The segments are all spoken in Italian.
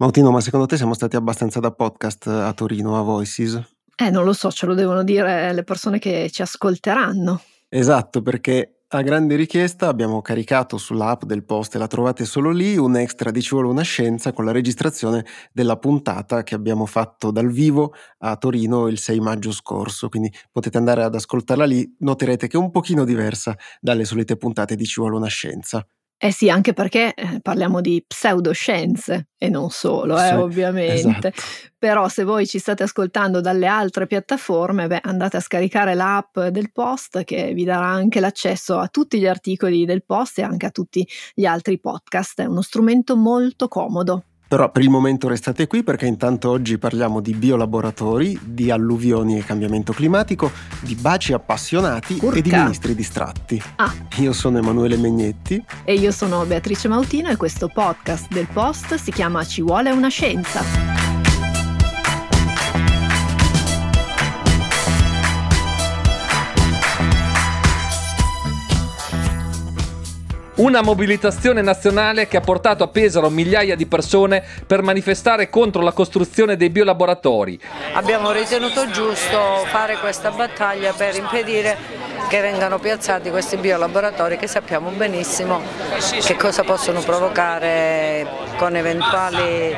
Mautino, ma secondo te siamo stati abbastanza da podcast a Torino, a Voices? Non lo so, ce lo devono dire le persone che ci ascolteranno. Esatto, perché a grande richiesta abbiamo caricato sull'app del Post, e la trovate solo lì, un extra di Ci vuole una scienza con la registrazione della puntata che abbiamo fatto dal vivo a Torino il 6 maggio scorso, quindi potete andare ad ascoltarla lì, noterete che è un pochino diversa dalle solite puntate di Ci vuole una scienza. Eh sì, anche perché, parliamo di pseudoscienze e non solo, Sì, ovviamente. esatto. Però se voi ci state ascoltando dalle altre piattaforme, andate a scaricare l'app del Post che vi darà anche l'accesso a tutti gli articoli del Post e anche a tutti gli altri podcast. È uno strumento molto comodo. Però per il momento restate qui perché intanto oggi parliamo di biolaboratori, di alluvioni e cambiamento climatico, di baci appassionati e di Urca! ministri distratti. Ah, Io sono Emanuele Megnetti. e io sono Beatrice Mautino e questo podcast del Post si chiama Ci vuole una scienza. Una mobilitazione nazionale che ha portato a Pesaro migliaia di persone per manifestare contro la costruzione dei biolaboratori. Abbiamo ritenuto giusto fare questa battaglia per impedire che vengano piazzati questi biolaboratori che sappiamo benissimo che cosa possono provocare con eventuali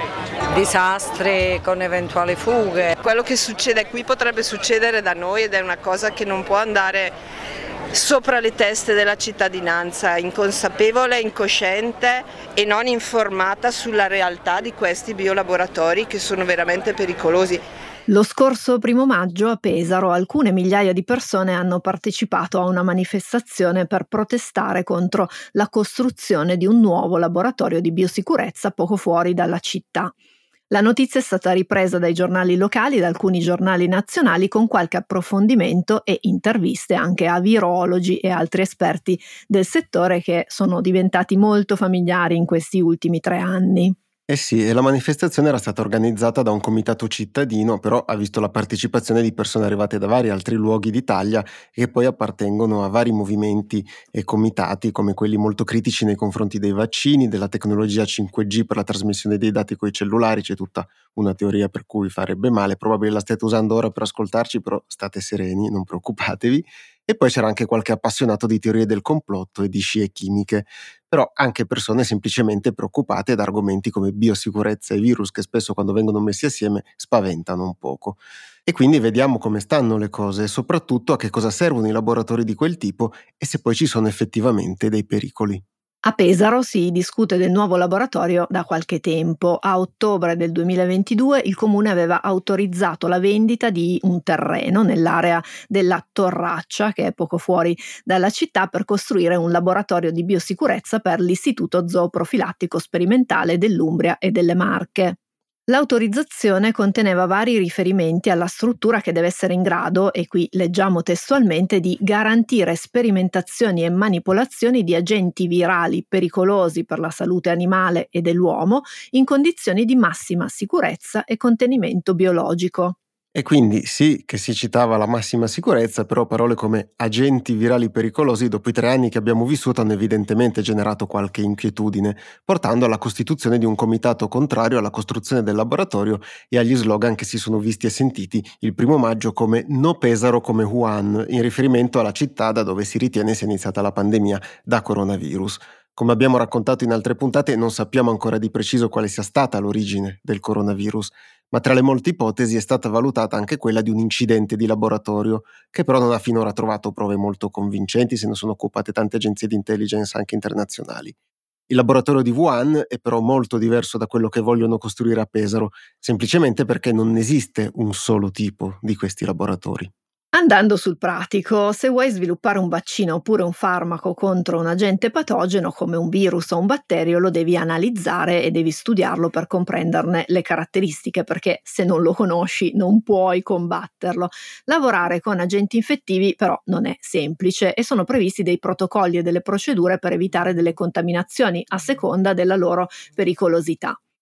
disastri, con eventuali fughe. Quello che succede qui potrebbe succedere da noi ed è una cosa che non può andare sopra le teste della cittadinanza inconsapevole, incosciente e non informata sulla realtà di questi biolaboratori che sono veramente pericolosi. Lo scorso 1 maggio a Pesaro alcune migliaia di persone hanno partecipato a una manifestazione per protestare contro la costruzione di un nuovo laboratorio di biosicurezza poco fuori dalla città. La notizia è stata ripresa dai giornali locali e da alcuni giornali nazionali con qualche approfondimento e interviste anche a virologi e altri esperti del settore che sono diventati molto familiari in questi ultimi 3 anni. Eh sì, e la manifestazione era stata organizzata da un comitato cittadino, però ha visto la partecipazione di persone arrivate da vari altri luoghi d'Italia e che poi appartengono a vari movimenti e comitati come quelli molto critici nei confronti dei vaccini, della tecnologia 5G per la trasmissione dei dati coi cellulari. C'è tutta una teoria per cui farebbe male, probabile la state usando ora per ascoltarci, però state sereni, non preoccupatevi. E poi c'era anche qualche appassionato di teorie del complotto e di scie chimiche, però anche persone semplicemente preoccupate da argomenti come biosicurezza e virus che spesso quando vengono messi assieme spaventano un poco. E quindi vediamo come stanno le cose e soprattutto a che cosa servono i laboratori di quel tipo e se poi ci sono effettivamente dei pericoli. A Pesaro si discute del nuovo laboratorio da qualche tempo. A ottobre del 2022 il comune aveva autorizzato la vendita di un terreno nell'area della Torraccia, che è poco fuori dalla città, per costruire un laboratorio di biosicurezza per l'Istituto Zooprofilattico Sperimentale dell'Umbria e delle Marche. L'autorizzazione conteneva vari riferimenti alla struttura che deve essere in grado, e qui leggiamo testualmente, di garantire sperimentazioni e manipolazioni di agenti virali pericolosi per la salute animale e dell'uomo in condizioni di massima sicurezza e contenimento biologico. E quindi sì che si citava la massima sicurezza, però parole come agenti virali pericolosi dopo i 3 anni che abbiamo vissuto hanno evidentemente generato qualche inquietudine, portando alla costituzione di un comitato contrario alla costruzione del laboratorio e agli slogan che si sono visti e sentiti il 1 maggio come No Pesaro come Wuhan, in riferimento alla città da dove si ritiene sia iniziata la pandemia da coronavirus. Come abbiamo raccontato in altre puntate, non sappiamo ancora di preciso quale sia stata l'origine del coronavirus, ma tra le molte ipotesi è stata valutata anche quella di un incidente di laboratorio, che però non ha finora trovato prove molto convincenti, se ne sono occupate tante agenzie di intelligence anche internazionali. Il laboratorio di Wuhan è però molto diverso da quello che vogliono costruire a Pesaro, semplicemente perché non esiste un solo tipo di questi laboratori. Andando sul pratico, se vuoi sviluppare un vaccino oppure un farmaco contro un agente patogeno come un virus o un batterio, lo devi analizzare e devi studiarlo per comprenderne le caratteristiche, perché se non lo conosci non puoi combatterlo. Lavorare con agenti infettivi però non è semplice e sono previsti dei protocolli e delle procedure per evitare delle contaminazioni a seconda della loro pericolosità.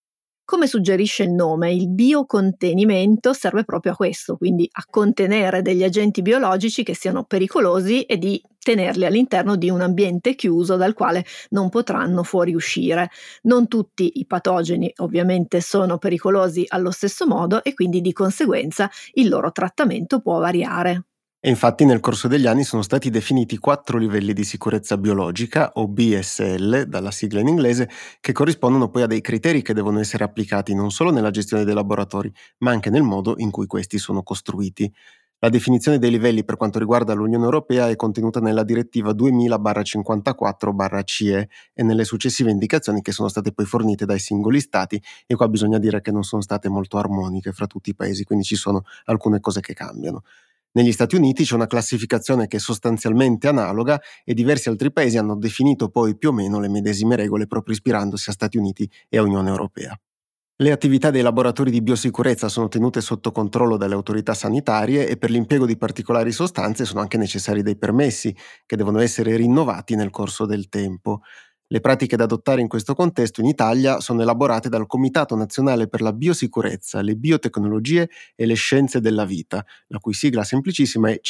Come suggerisce il nome, il biocontenimento serve proprio a questo, quindi a contenere degli agenti biologici che siano pericolosi e di tenerli all'interno di un ambiente chiuso dal quale non potranno fuoriuscire. Non tutti i patogeni ovviamente sono pericolosi allo stesso modo e quindi di conseguenza il loro trattamento può variare. E infatti nel corso degli anni sono stati definiti 4 livelli di sicurezza biologica, o BSL, dalla sigla in inglese, che corrispondono poi a dei criteri che devono essere applicati non solo nella gestione dei laboratori, ma anche nel modo in cui questi sono costruiti. La definizione dei livelli per quanto riguarda l'Unione Europea è contenuta nella direttiva 2000/54/CE e nelle successive indicazioni che sono state poi fornite dai singoli stati, e qua bisogna dire che non sono state molto armoniche fra tutti i paesi, quindi ci sono alcune cose che cambiano. Negli Stati Uniti c'è una classificazione che è sostanzialmente analoga e diversi altri paesi hanno definito poi più o meno le medesime regole proprio ispirandosi a Stati Uniti e a Unione Europea. Le attività dei laboratori di biosicurezza sono tenute sotto controllo dalle autorità sanitarie e per l'impiego di particolari sostanze sono anche necessari dei permessi che devono essere rinnovati nel corso del tempo. Le pratiche da adottare in questo contesto in Italia sono elaborate dal Comitato Nazionale per la Biosicurezza, le Biotecnologie e le Scienze della Vita, la cui sigla semplicissima è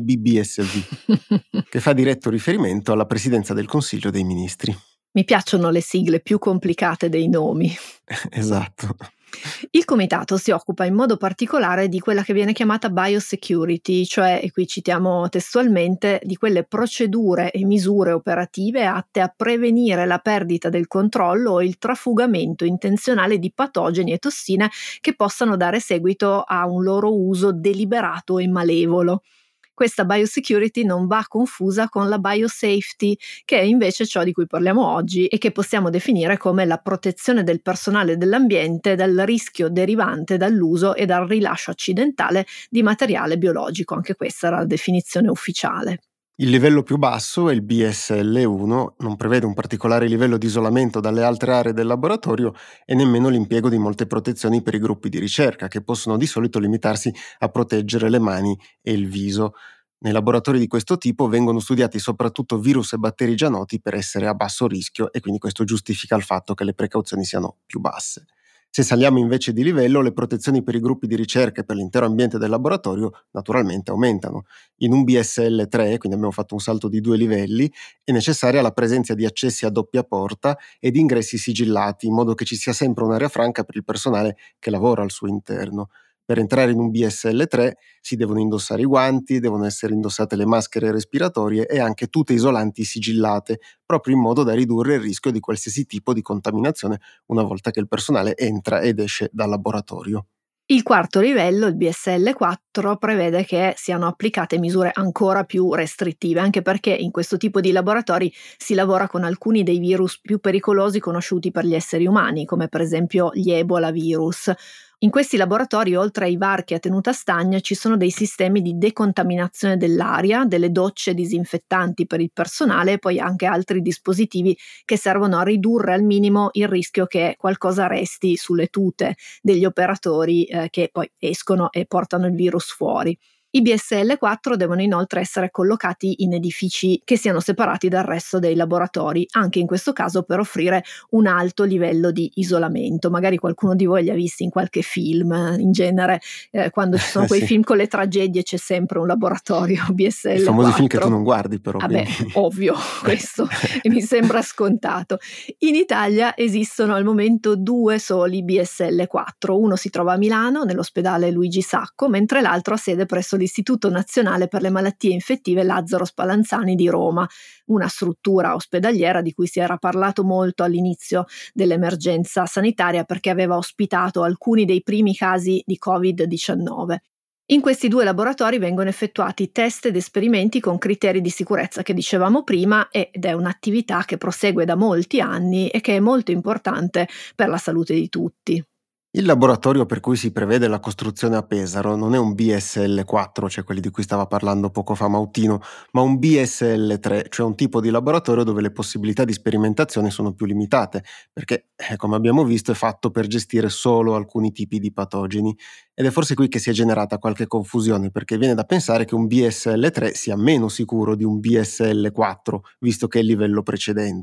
CNBBSV, che fa diretto riferimento alla Presidenza del Consiglio dei Ministri. Mi piacciono le sigle più complicate dei nomi. Esatto. Il comitato si occupa in modo particolare di quella che viene chiamata biosecurity, cioè, e qui citiamo testualmente, di quelle procedure e misure operative atte a prevenire la perdita del controllo o il trafugamento intenzionale di patogeni e tossine che possano dare seguito a un loro uso deliberato e malevolo. Questa biosecurity non va confusa con la biosafety, che è invece ciò di cui parliamo oggi e che possiamo definire come la protezione del personale e dell'ambiente dal rischio derivante dall'uso e dal rilascio accidentale di materiale biologico. Anche questa era la definizione ufficiale. Il livello più basso, il BSL1, non prevede un particolare livello di isolamento dalle altre aree del laboratorio e nemmeno l'impiego di molte protezioni per i gruppi di ricerca, che possono di solito limitarsi a proteggere le mani e il viso. Nei laboratori di questo tipo vengono studiati soprattutto virus e batteri già noti per essere a basso rischio e quindi questo giustifica il fatto che le precauzioni siano più basse. Se saliamo invece di livello, le protezioni per i gruppi di ricerca e per l'intero ambiente del laboratorio naturalmente aumentano. In un BSL3, quindi abbiamo fatto un salto di 2 livelli, è necessaria la presenza di accessi a doppia porta e di ingressi sigillati, in modo che ci sia sempre un'area franca per il personale che lavora al suo interno. Per entrare in un BSL3 si devono indossare i guanti, devono essere indossate le maschere respiratorie e anche tute isolanti sigillate, proprio in modo da ridurre il rischio di qualsiasi tipo di contaminazione una volta che il personale entra ed esce dal laboratorio. Il quarto livello, il BSL4, prevede che siano applicate misure ancora più restrittive, anche perché in questo tipo di laboratori si lavora con alcuni dei virus più pericolosi conosciuti per gli esseri umani, come per esempio gli Ebola virus. In questi laboratori, oltre ai varchi a tenuta stagna, ci sono dei sistemi di decontaminazione dell'aria, delle docce disinfettanti per il personale e poi anche altri dispositivi che servono a ridurre al minimo il rischio che qualcosa resti sulle tute degli operatori che poi escono e portano il virus fuori. I BSL4 devono inoltre essere collocati in edifici che siano separati dal resto dei laboratori, anche in questo caso per offrire un alto livello di isolamento. Magari qualcuno di voi li ha visti in qualche film, in genere quando ci sono quei Sì. film con le tragedie c'è sempre un laboratorio BSL4. I famosi film che tu non guardi però. Vabbè, quindi. ovvio, questo mi sembra scontato. In Italia esistono al momento 2 soli BSL4, uno si trova a Milano nell'ospedale Luigi Sacco, mentre l'altro ha sede presso l'Istituto Nazionale per le Malattie Infettive Lazzaro Spallanzani di Roma, una struttura ospedaliera di cui si era parlato molto all'inizio dell'emergenza sanitaria perché aveva ospitato alcuni dei primi casi di Covid-19. In questi 2 laboratori vengono effettuati test ed esperimenti con criteri di sicurezza che dicevamo prima ed è un'attività che prosegue da molti anni e che è molto importante per la salute di tutti. Il laboratorio per cui si prevede la costruzione a Pesaro non è un BSL4, cioè quelli di cui stava parlando poco fa Mautino, ma un BSL3, cioè un tipo di laboratorio dove le possibilità di sperimentazione sono più limitate, perché, come abbiamo visto, è fatto per gestire solo alcuni tipi di patogeni. Ed è forse qui che si è generata qualche confusione, perché viene da pensare che un BSL3 sia meno sicuro di un BSL4, visto che è il livello precedente.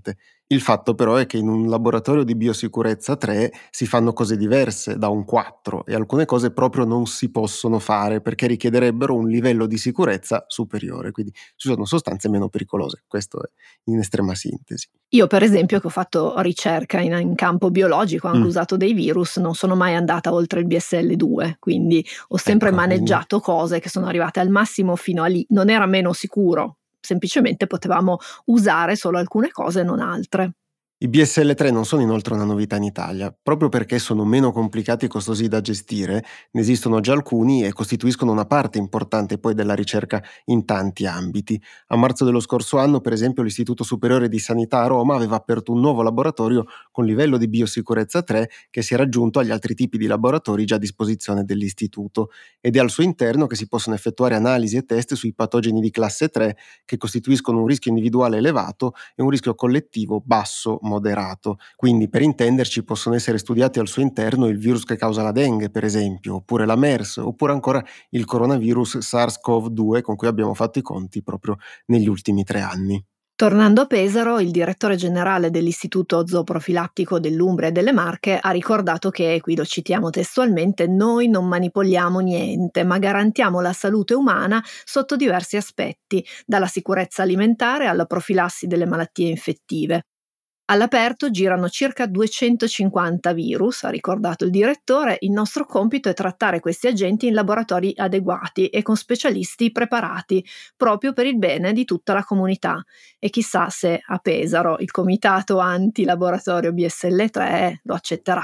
Il fatto però è che in un laboratorio di biosicurezza 3 si fanno cose diverse da un 4 e alcune cose proprio non si possono fare perché richiederebbero un livello di sicurezza superiore, quindi ci sono sostanze meno pericolose, questo è in estrema sintesi. Io per esempio, che ho fatto ricerca in campo biologico, ho anche Mm. usato dei virus, non sono mai andata oltre il BSL-2, quindi ho sempre Ecco, maneggiato cose che sono arrivate al massimo fino a lì. Non era meno sicuro, semplicemente potevamo usare solo alcune cose e non altre. I BSL-3 non sono inoltre una novità in Italia, proprio perché sono meno complicati e costosi da gestire, ne esistono già alcuni e costituiscono una parte importante poi della ricerca in tanti ambiti. A marzo dello scorso anno, per esempio, l'Istituto Superiore di Sanità a Roma aveva aperto un nuovo laboratorio con livello di biosicurezza 3 che si è raggiunto agli altri tipi di laboratori già a disposizione dell'istituto ed è al suo interno che si possono effettuare analisi e test sui patogeni di classe 3 che costituiscono un rischio individuale elevato e un rischio collettivo basso moderato. Quindi, per intenderci, possono essere studiati al suo interno il virus che causa la dengue, per esempio, oppure la MERS, oppure ancora il coronavirus SARS-CoV-2 con cui abbiamo fatto i conti proprio negli ultimi 3 anni. Tornando a Pesaro, il direttore generale dell'Istituto Zooprofilattico dell'Umbria e delle Marche ha ricordato che, qui lo citiamo testualmente, noi non manipoliamo niente, ma garantiamo la salute umana sotto diversi aspetti, dalla sicurezza alimentare alla profilassi delle malattie infettive. All'aperto girano circa 250 virus, ha ricordato il direttore. Il nostro compito è trattare questi agenti in laboratori adeguati e con specialisti preparati, proprio per il bene di tutta la comunità. E chissà se a Pesaro il comitato anti-laboratorio BSL-3 lo accetterà.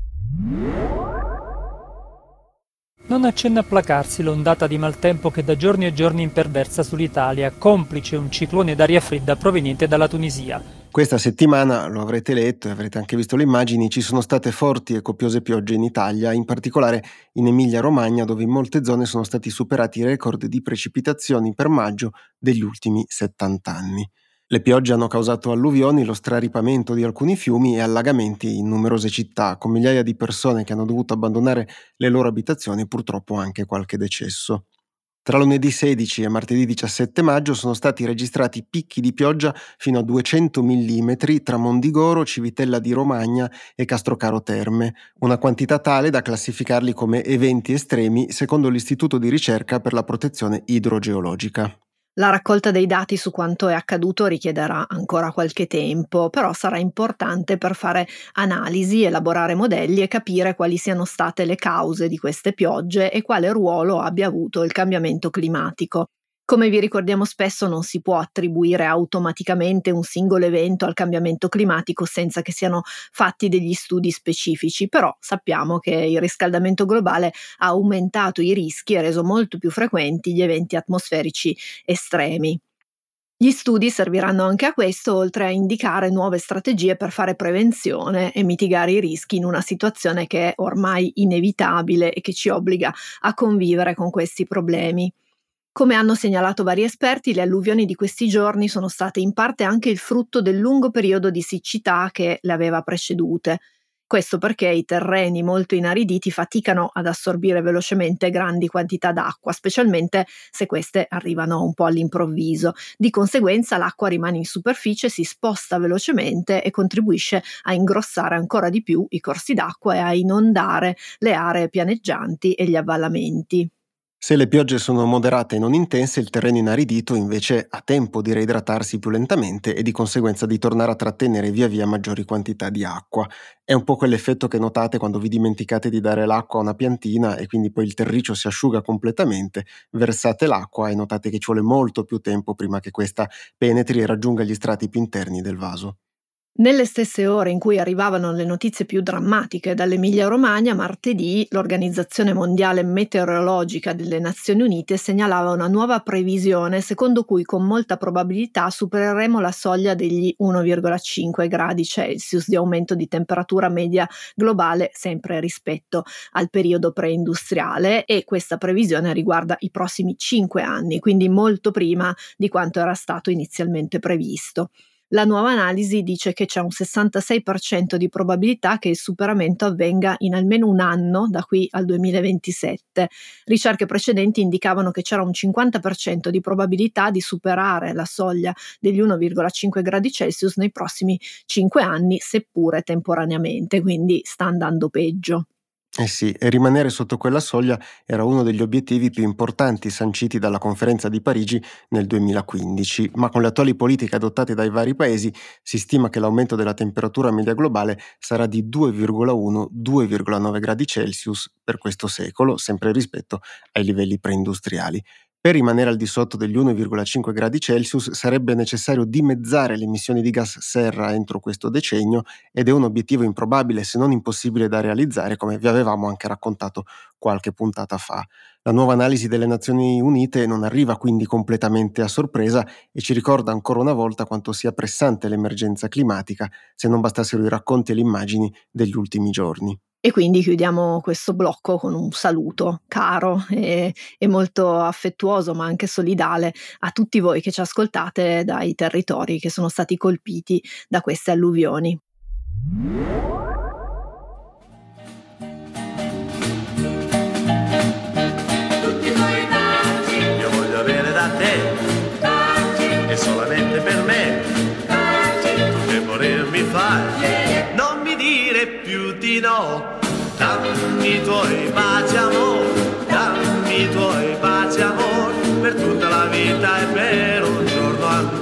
Non accenna a placarsi l'ondata di maltempo che da giorni e giorni imperversa sull'Italia, complice un ciclone d'aria fredda proveniente dalla Tunisia. Questa settimana, lo avrete letto e avrete anche visto le immagini, ci sono state forti e copiose piogge in Italia, in particolare in Emilia-Romagna, dove in molte zone sono stati superati i record di precipitazioni per maggio degli ultimi 70 anni. Le piogge hanno causato alluvioni, lo straripamento di alcuni fiumi e allagamenti in numerose città, con migliaia di persone che hanno dovuto abbandonare le loro abitazioni e purtroppo anche qualche decesso. Tra lunedì 16 e martedì 17 maggio sono stati registrati picchi di pioggia fino a 200 mm tra Mondigoro, Civitella di Romagna e Castrocaro Terme, una quantità tale da classificarli come eventi estremi secondo l'Istituto di ricerca per la protezione idrogeologica. La raccolta dei dati su quanto è accaduto richiederà ancora qualche tempo, però sarà importante per fare analisi, elaborare modelli e capire quali siano state le cause di queste piogge e quale ruolo abbia avuto il cambiamento climatico. Come vi ricordiamo spesso, non si può attribuire automaticamente un singolo evento al cambiamento climatico senza che siano fatti degli studi specifici, però sappiamo che il riscaldamento globale ha aumentato i rischi e reso molto più frequenti gli eventi atmosferici estremi. Gli studi serviranno anche a questo, oltre a indicare nuove strategie per fare prevenzione e mitigare i rischi in una situazione che è ormai inevitabile e che ci obbliga a convivere con questi problemi. Come hanno segnalato vari esperti, le alluvioni di questi giorni sono state in parte anche il frutto del lungo periodo di siccità che le aveva precedute. Questo perché i terreni molto inariditi faticano ad assorbire velocemente grandi quantità d'acqua, specialmente se queste arrivano un po' all'improvviso. Di conseguenza l'acqua rimane in superficie, si sposta velocemente e contribuisce a ingrossare ancora di più i corsi d'acqua e a inondare le aree pianeggianti e gli avvallamenti. Se le piogge sono moderate e non intense, il terreno inaridito invece ha tempo di reidratarsi più lentamente e di conseguenza di tornare a trattenere via via maggiori quantità di acqua. È un po' quell'effetto che notate quando vi dimenticate di dare l'acqua a una piantina e quindi poi il terriccio si asciuga completamente, versate l'acqua e notate che ci vuole molto più tempo prima che questa penetri e raggiunga gli strati più interni del vaso. Nelle stesse ore in cui arrivavano le notizie più drammatiche dall'Emilia-Romagna, martedì l'Organizzazione Mondiale Meteorologica delle Nazioni Unite segnalava una nuova previsione secondo cui con molta probabilità supereremo la soglia degli 1,5 gradi Celsius di aumento di temperatura media globale, sempre rispetto al periodo preindustriale, e questa previsione riguarda i prossimi 5 anni, quindi molto prima di quanto era stato inizialmente previsto. La nuova analisi dice che c'è un 66% di probabilità che il superamento avvenga in almeno un anno da qui al 2027. Ricerche precedenti indicavano che c'era un 50% di probabilità di superare la soglia degli 1,5 gradi Celsius nei prossimi 5 anni, seppure temporaneamente, quindi sta andando peggio. Eh sì, e rimanere sotto quella soglia era uno degli obiettivi più importanti sanciti dalla conferenza di Parigi nel 2015, ma con le attuali politiche adottate dai vari paesi si stima che l'aumento della temperatura media globale sarà di 2,1-2,9 gradi Celsius per questo secolo, sempre rispetto ai livelli preindustriali. Per rimanere al di sotto degli 1,5 gradi Celsius sarebbe necessario dimezzare le emissioni di gas serra entro questo decennio ed è un obiettivo improbabile se non impossibile da realizzare, come vi avevamo anche raccontato qualche puntata fa. La nuova analisi delle Nazioni Unite non arriva quindi completamente a sorpresa e ci ricorda ancora una volta quanto sia pressante l'emergenza climatica, se non bastassero i racconti e le immagini degli ultimi giorni. E quindi chiudiamo questo blocco con un saluto caro e molto affettuoso, ma anche solidale, a tutti voi che ci ascoltate dai territori che sono stati colpiti da queste alluvioni. Tutti voi baci, io voglio avere da te, baci, e solamente per me, baci, tu che volermi fai, non mi dire più di no. Dammi i tuoi baci amore, dammi i tuoi baci amore, per tutta la vita e per un giorno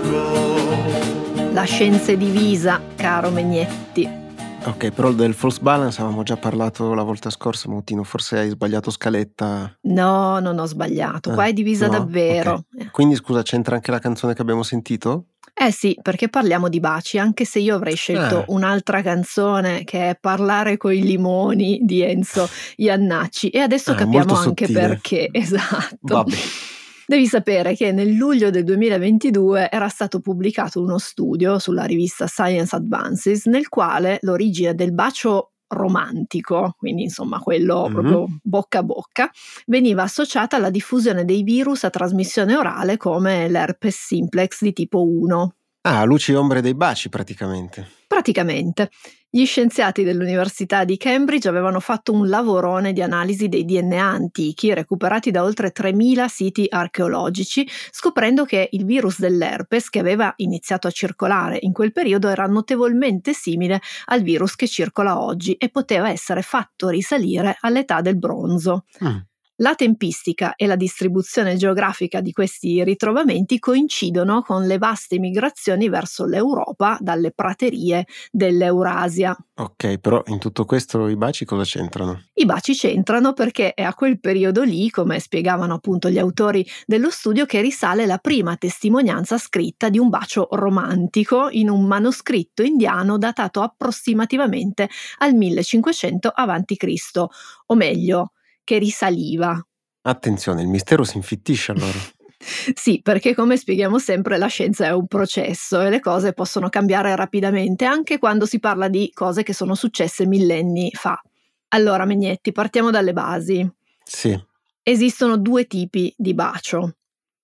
ancora. La scienza è divisa, caro Megnetti. Ok, però del false balance avevamo già parlato la volta scorsa, Mautino, forse hai sbagliato scaletta. No, non ho sbagliato, qua è divisa no? davvero. Okay. Quindi scusa, c'entra anche la canzone che abbiamo sentito? Sì, perché parliamo di baci, anche se io avrei scelto un'altra canzone che è Parlare coi limoni di Enzo Iannacci e adesso capiamo anche sottile. Perché, esatto. Vabbè. Devi sapere che nel luglio del 2022 era stato pubblicato uno studio sulla rivista Science Advances nel quale l'origine del bacio romantico, quindi insomma quello proprio bocca a bocca, veniva associata alla diffusione dei virus a trasmissione orale come l'herpes simplex di tipo 1. Luci e ombre dei baci praticamente. Praticamente. Gli scienziati dell'Università di Cambridge avevano fatto un lavorone di analisi dei DNA antichi recuperati da oltre 3.000 siti archeologici, scoprendo che il virus dell'herpes che aveva iniziato a circolare in quel periodo era notevolmente simile al virus che circola oggi e poteva essere fatto risalire all'età del bronzo. La tempistica e la distribuzione geografica di questi ritrovamenti coincidono con le vaste migrazioni verso l'Europa dalle praterie dell'Eurasia. Ok, però in tutto questo i baci cosa c'entrano? I baci c'entrano perché è a quel periodo lì, come spiegavano appunto gli autori dello studio, che risale la prima testimonianza scritta di un bacio romantico in un manoscritto indiano datato approssimativamente al 1500 a.C., o meglio, che risaliva. Attenzione, il mistero si infittisce allora. Sì, perché come spieghiamo sempre la scienza è un processo e le cose possono cambiare rapidamente anche quando si parla di cose che sono successe millenni fa. Allora, Megnetti, partiamo dalle basi. Sì. Esistono due tipi di bacio.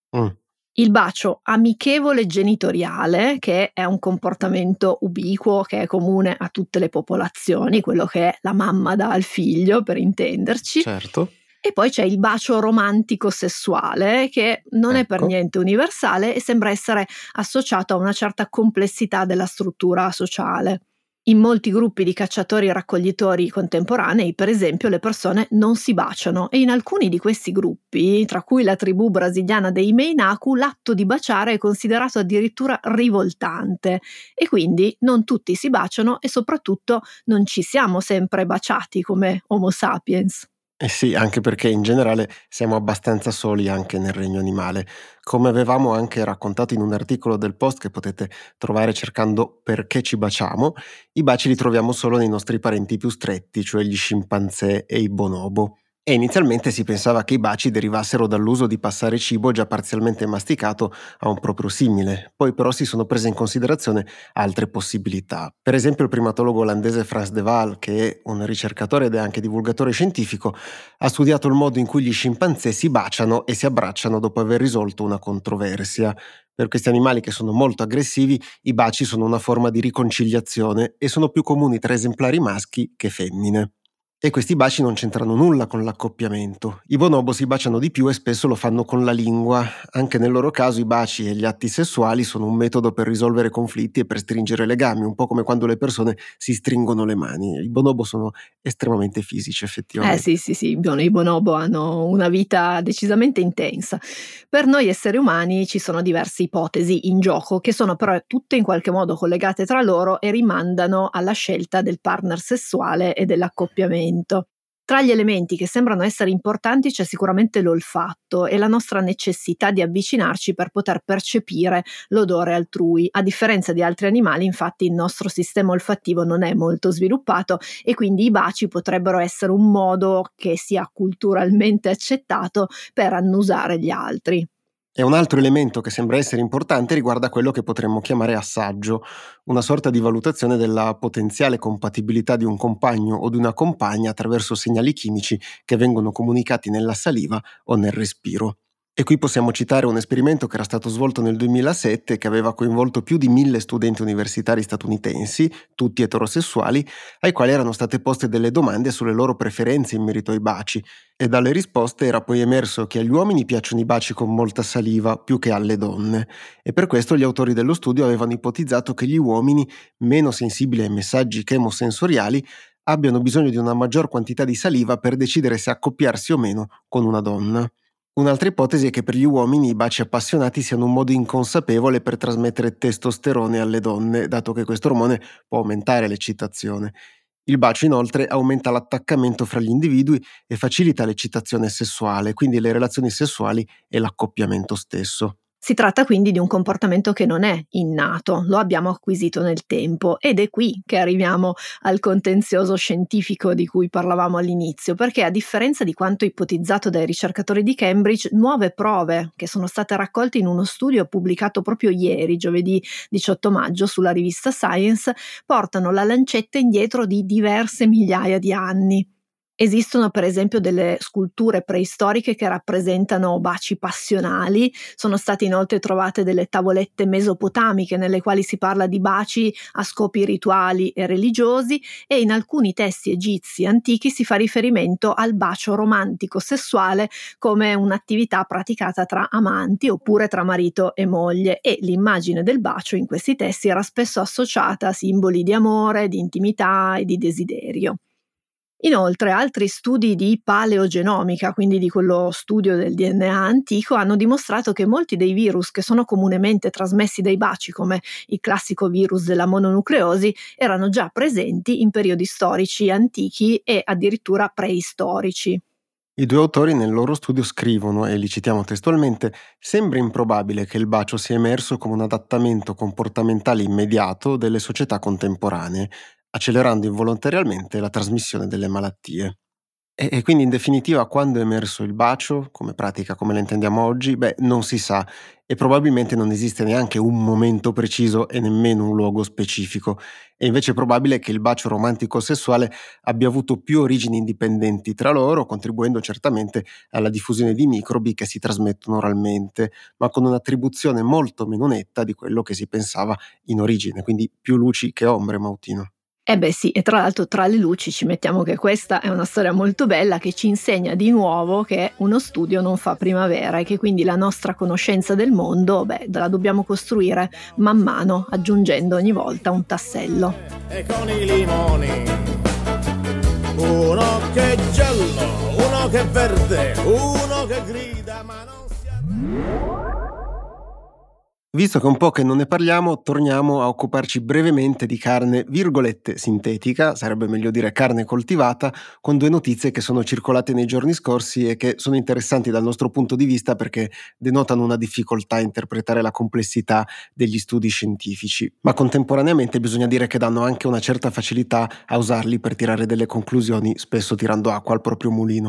Il bacio amichevole genitoriale, che è un comportamento ubiquo che è comune a tutte le popolazioni, quello che la mamma dà al figlio, per intenderci. Certo. E poi c'è il bacio romantico sessuale, che non è per niente universale e sembra essere associato a una certa complessità della struttura sociale. In molti gruppi di cacciatori e raccoglitori contemporanei, per esempio, le persone non si baciano e in alcuni di questi gruppi, tra cui la tribù brasiliana dei Meinaku, l'atto di baciare è considerato addirittura rivoltante e quindi non tutti si baciano e soprattutto non ci siamo sempre baciati come Homo sapiens. Sì, anche perché in generale siamo abbastanza soli anche nel regno animale. Come avevamo anche raccontato in un articolo del Post che potete trovare cercando Perché ci baciamo, i baci li troviamo solo nei nostri parenti più stretti, cioè gli scimpanzé e i bonobo. E inizialmente si pensava che i baci derivassero dall'uso di passare cibo già parzialmente masticato a un proprio simile, poi però si sono prese in considerazione altre possibilità. Per esempio il primatologo olandese Frans de Waal, che è un ricercatore ed è anche divulgatore scientifico, ha studiato il modo in cui gli scimpanzé si baciano e si abbracciano dopo aver risolto una controversia. Per questi animali che sono molto aggressivi, i baci sono una forma di riconciliazione e sono più comuni tra esemplari maschi che femmine. E questi baci non c'entrano nulla con l'accoppiamento. I bonobo si baciano di più e spesso lo fanno con la lingua. Anche nel loro caso i baci e gli atti sessuali sono un metodo per risolvere conflitti e per stringere legami, un po' come quando le persone si stringono le mani. I bonobo sono estremamente fisici, effettivamente. Sì, i bonobo hanno una vita decisamente intensa. Per noi esseri umani ci sono diverse ipotesi in gioco, che sono però tutte in qualche modo collegate tra loro e rimandano alla scelta del partner sessuale e dell'accoppiamento. Tra gli elementi che sembrano essere importanti c'è sicuramente l'olfatto e la nostra necessità di avvicinarci per poter percepire l'odore altrui. A differenza di altri animali, infatti, il nostro sistema olfattivo non è molto sviluppato e quindi i baci potrebbero essere un modo che sia culturalmente accettato per annusare gli altri. E un altro elemento che sembra essere importante riguarda quello che potremmo chiamare assaggio, una sorta di valutazione della potenziale compatibilità di un compagno o di una compagna attraverso segnali chimici che vengono comunicati nella saliva o nel respiro. E qui possiamo citare un esperimento che era stato svolto nel 2007 che aveva coinvolto più di 1000 studenti universitari statunitensi, tutti eterosessuali, ai quali erano state poste delle domande sulle loro preferenze in merito ai baci, e dalle risposte era poi emerso che agli uomini piacciono i baci con molta saliva più che alle donne, e per questo gli autori dello studio avevano ipotizzato che gli uomini, meno sensibili ai messaggi chemosensoriali, abbiano bisogno di una maggior quantità di saliva per decidere se accoppiarsi o meno con una donna. Un'altra ipotesi è che per gli uomini i baci appassionati siano un modo inconsapevole per trasmettere testosterone alle donne, dato che questo ormone può aumentare l'eccitazione. Il bacio inoltre aumenta l'attaccamento fra gli individui e facilita l'eccitazione sessuale, quindi le relazioni sessuali e l'accoppiamento stesso. Si tratta quindi di un comportamento che non è innato, lo abbiamo acquisito nel tempo ed è qui che arriviamo al contenzioso scientifico di cui parlavamo all'inizio, perché a differenza di quanto ipotizzato dai ricercatori di Cambridge, nuove prove che sono state raccolte in uno studio pubblicato proprio ieri, giovedì 18 maggio, sulla rivista Science, portano la lancetta indietro di diverse migliaia di anni. Esistono per esempio delle sculture preistoriche che rappresentano baci passionali, sono state inoltre trovate delle tavolette mesopotamiche nelle quali si parla di baci a scopi rituali e religiosi e in alcuni testi egizi antichi si fa riferimento al bacio romantico sessuale come un'attività praticata tra amanti oppure tra marito e moglie, e l'immagine del bacio in questi testi era spesso associata a simboli di amore, di intimità e di desiderio. Inoltre, altri studi di paleogenomica, quindi di quello studio del DNA antico, hanno dimostrato che molti dei virus che sono comunemente trasmessi dai baci, come il classico virus della mononucleosi, erano già presenti in periodi storici antichi e addirittura preistorici. I due autori nel loro studio scrivono, e li citiamo testualmente: sembra improbabile che il bacio sia emerso come un adattamento comportamentale immediato delle società contemporanee, accelerando involontariamente la trasmissione delle malattie. E quindi in definitiva quando è emerso il bacio, come pratica come la intendiamo oggi, non si sa, e probabilmente non esiste neanche un momento preciso e nemmeno un luogo specifico. È invece probabile che il bacio romantico sessuale abbia avuto più origini indipendenti tra loro, contribuendo certamente alla diffusione di microbi che si trasmettono oralmente, ma con un'attribuzione molto meno netta di quello che si pensava in origine, quindi più luci che ombre, Mautino. Eh beh sì, e tra l'altro tra le luci ci mettiamo che questa è una storia molto bella che ci insegna di nuovo che uno studio non fa primavera e che quindi la nostra conoscenza del mondo, la dobbiamo costruire man mano, aggiungendo ogni volta un tassello. E con i limoni, uno che è giallo, uno che è verde, uno che grida ma non si arrende. Visto che un po' che non ne parliamo, torniamo a occuparci brevemente di carne, virgolette, sintetica, sarebbe meglio dire carne coltivata, con due notizie che sono circolate nei giorni scorsi e che sono interessanti dal nostro punto di vista perché denotano una difficoltà a interpretare la complessità degli studi scientifici, ma contemporaneamente bisogna dire che danno anche una certa facilità a usarli per tirare delle conclusioni, spesso tirando acqua al proprio mulino.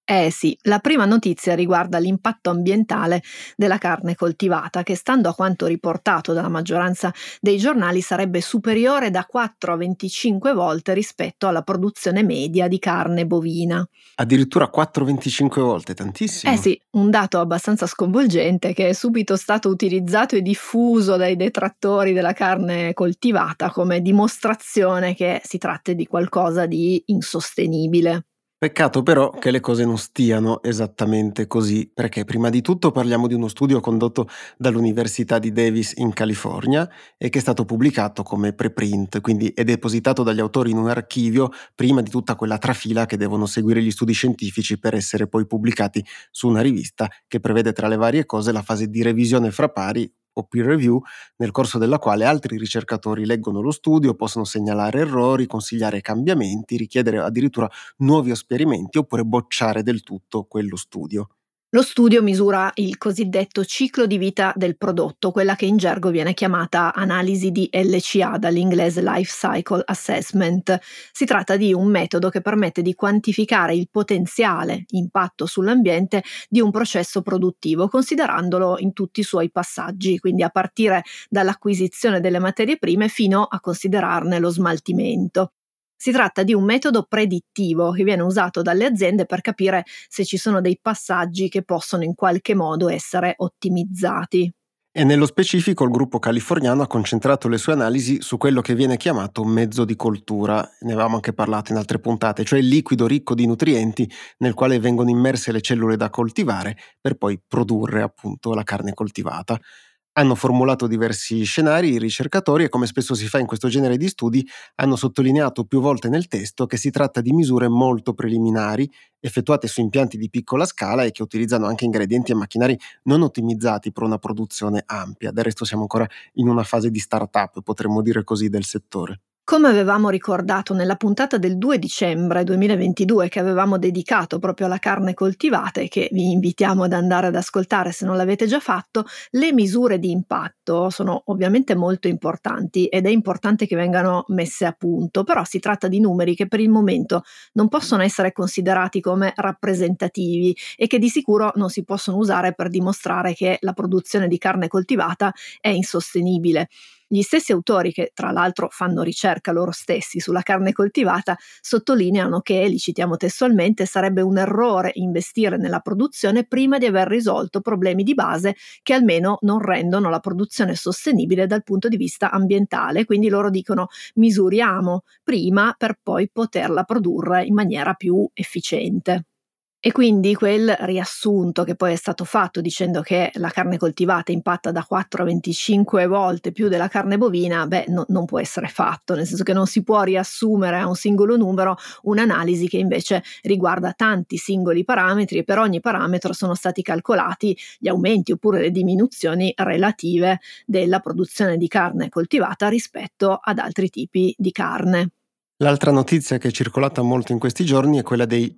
Eh sì, la prima notizia riguarda l'impatto ambientale della carne coltivata, che stando a quanto riportato dalla maggioranza dei giornali sarebbe superiore da 4 a 25 volte rispetto alla produzione media di carne bovina. Addirittura 4-25 volte, Eh tantissimo. sì, un dato abbastanza sconvolgente che è subito stato utilizzato e diffuso dai detrattori della carne coltivata come dimostrazione che si tratta di qualcosa di insostenibile. Peccato però che le cose non stiano esattamente così, perché prima di tutto parliamo di uno studio condotto dall'Università di Davis in California e che è stato pubblicato come preprint, quindi è depositato dagli autori in un archivio prima di tutta quella trafila che devono seguire gli studi scientifici per essere poi pubblicati su una rivista che prevede tra le varie cose la fase di revisione fra pari o peer review, nel corso della quale altri ricercatori leggono lo studio, possono segnalare errori, consigliare cambiamenti, richiedere addirittura nuovi esperimenti oppure bocciare del tutto quello studio. Lo studio misura il cosiddetto ciclo di vita del prodotto, quella che in gergo viene chiamata analisi di LCA, dall'inglese Life Cycle Assessment. Si tratta di un metodo che permette di quantificare il potenziale impatto sull'ambiente di un processo produttivo, considerandolo in tutti i suoi passaggi, quindi a partire dall'acquisizione delle materie prime fino a considerarne lo smaltimento. Si tratta di un metodo predittivo che viene usato dalle aziende per capire se ci sono dei passaggi che possono in qualche modo essere ottimizzati. E nello specifico il gruppo californiano ha concentrato le sue analisi su quello che viene chiamato mezzo di coltura, ne avevamo anche parlato in altre puntate, cioè il liquido ricco di nutrienti nel quale vengono immerse le cellule da coltivare per poi produrre appunto la carne coltivata. Hanno formulato diversi scenari i ricercatori e, come spesso si fa in questo genere di studi, hanno sottolineato più volte nel testo che si tratta di misure molto preliminari, effettuate su impianti di piccola scala e che utilizzano anche ingredienti e macchinari non ottimizzati per una produzione ampia. Del resto siamo ancora in una fase di start-up, potremmo dire così, del settore. Come avevamo ricordato nella puntata del 2 dicembre 2022 che avevamo dedicato proprio alla carne coltivata e che vi invitiamo ad andare ad ascoltare se non l'avete già fatto, le misure di impatto sono ovviamente molto importanti ed è importante che vengano messe a punto, però si tratta di numeri che per il momento non possono essere considerati come rappresentativi e che di sicuro non si possono usare per dimostrare che la produzione di carne coltivata è insostenibile. Gli stessi autori, che tra l'altro fanno ricerca loro stessi sulla carne coltivata, sottolineano che, li citiamo testualmente, sarebbe un errore investire nella produzione prima di aver risolto problemi di base che almeno non rendono la produzione sostenibile dal punto di vista ambientale. Quindi loro dicono: misuriamo prima per poi poterla produrre in maniera più efficiente. E quindi quel riassunto che poi è stato fatto dicendo che la carne coltivata impatta da 4 a 25 volte più della carne bovina, non può essere fatto, nel senso che non si può riassumere a un singolo numero un'analisi che invece riguarda tanti singoli parametri e per ogni parametro sono stati calcolati gli aumenti oppure le diminuzioni relative della produzione di carne coltivata rispetto ad altri tipi di carne. L'altra notizia che è circolata molto in questi giorni è quella dei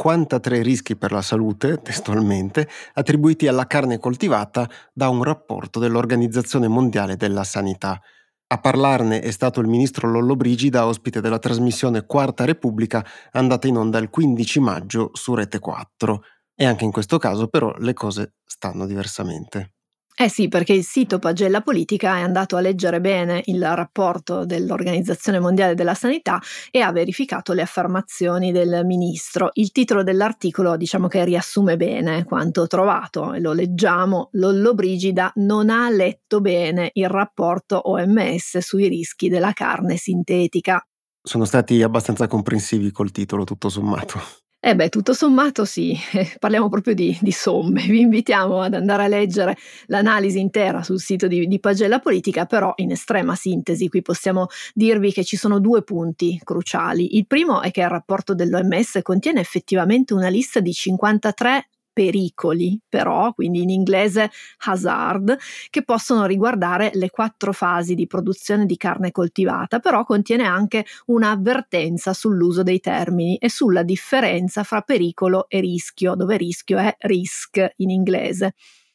53 rischi per la salute, testualmente, attribuiti alla carne coltivata da un rapporto dell'Organizzazione Mondiale della Sanità. A parlarne è stato il ministro Lollobrigida, ospite della trasmissione Quarta Repubblica, andata in onda il 15 maggio su Rete 4. E anche in questo caso però le cose stanno diversamente. Eh sì, perché il sito Pagella Politica è andato a leggere bene il rapporto dell'Organizzazione Mondiale della Sanità e ha verificato le affermazioni del ministro. Il titolo dell'articolo diciamo che riassume bene quanto trovato e lo leggiamo: Lollobrigida non ha letto bene il rapporto OMS sui rischi della carne sintetica. Sono stati abbastanza comprensivi col titolo, tutto sommato. Tutto sommato sì, parliamo proprio di somme. Vi invitiamo ad andare a leggere l'analisi intera sul sito di Pagella Politica, però in estrema sintesi qui possiamo dirvi che ci sono 2 punti cruciali. Il primo è che il rapporto dell'OMS contiene effettivamente una lista di 53 pericoli, però, quindi in inglese hazard, che possono riguardare le 4 fasi di produzione di carne coltivata, però contiene anche un'avvertenza sull'uso dei termini e sulla differenza fra pericolo e rischio, dove rischio è risk in inglese.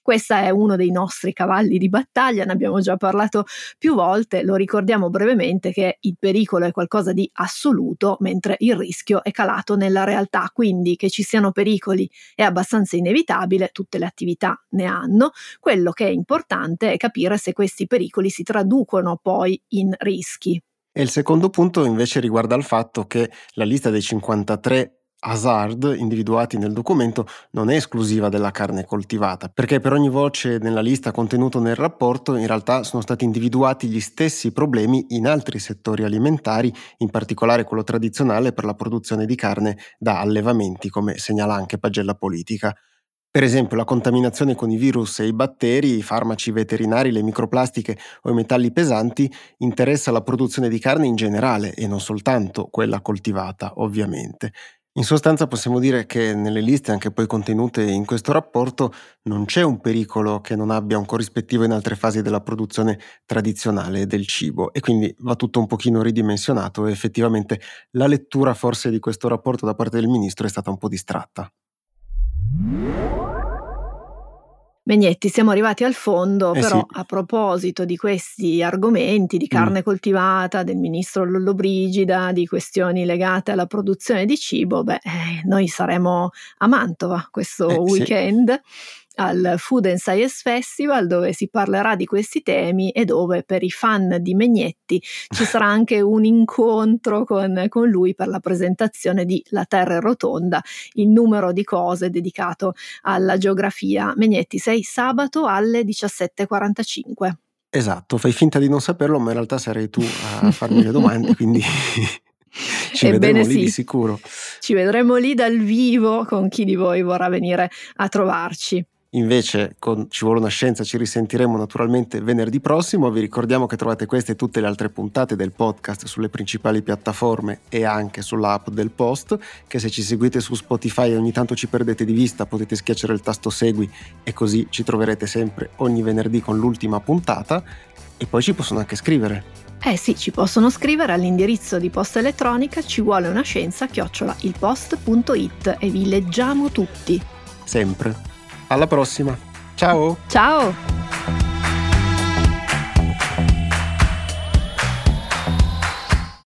Questo è uno dei nostri cavalli di battaglia, ne abbiamo già parlato più volte, lo ricordiamo brevemente che il pericolo è qualcosa di assoluto, mentre il rischio è calato nella realtà, quindi che ci siano pericoli è abbastanza inevitabile, tutte le attività ne hanno, quello che è importante è capire se questi pericoli si traducono poi in rischi. E il secondo punto invece riguarda il fatto che la lista dei 53 hazard individuati nel documento non è esclusiva della carne coltivata, perché per ogni voce nella lista contenuto nel rapporto in realtà sono stati individuati gli stessi problemi in altri settori alimentari, in particolare quello tradizionale per la produzione di carne da allevamenti, come segnala anche Pagella Politica. Per esempio, la contaminazione con i virus e i batteri, i farmaci veterinari, le microplastiche o i metalli pesanti interessa la produzione di carne in generale e non soltanto quella coltivata, ovviamente. In sostanza possiamo dire che nelle liste anche poi contenute in questo rapporto non c'è un pericolo che non abbia un corrispettivo in altre fasi della produzione tradizionale del cibo e quindi va tutto un pochino ridimensionato e effettivamente la lettura forse di questo rapporto da parte del ministro è stata un po' distratta. Megnetti, siamo arrivati al fondo, però Sì. a proposito di questi argomenti, di carne coltivata, del ministro Lollobrigida, di questioni legate alla produzione di cibo, noi saremo a Mantova questo weekend al Food and Science Festival, dove si parlerà di questi temi e dove per i fan di Megnetti ci sarà anche un incontro con lui per la presentazione di La Terra è rotonda, il numero di cose dedicato alla geografia. Megnetti, sei sabato alle 17:45. Esatto, fai finta di non saperlo, ma in realtà sarai tu a farmi le domande, quindi ci vedremo lì di sicuro. Ci vedremo lì dal vivo con chi di voi vorrà venire a trovarci. Invece con Ci vuole una scienza ci risentiremo naturalmente venerdì prossimo. Vi ricordiamo che trovate queste e tutte le altre puntate del podcast sulle principali piattaforme e anche sull'app del Post, che se ci seguite su Spotify e ogni tanto ci perdete di vista potete schiacciare il tasto segui e così ci troverete sempre ogni venerdì con l'ultima puntata. E poi ci possono anche scrivere. Sì, ci possono scrivere all'indirizzo di posta elettronica civuoleunascienza@ilpost.it e vi leggiamo tutti. Sempre. Alla prossima. Ciao! Ciao!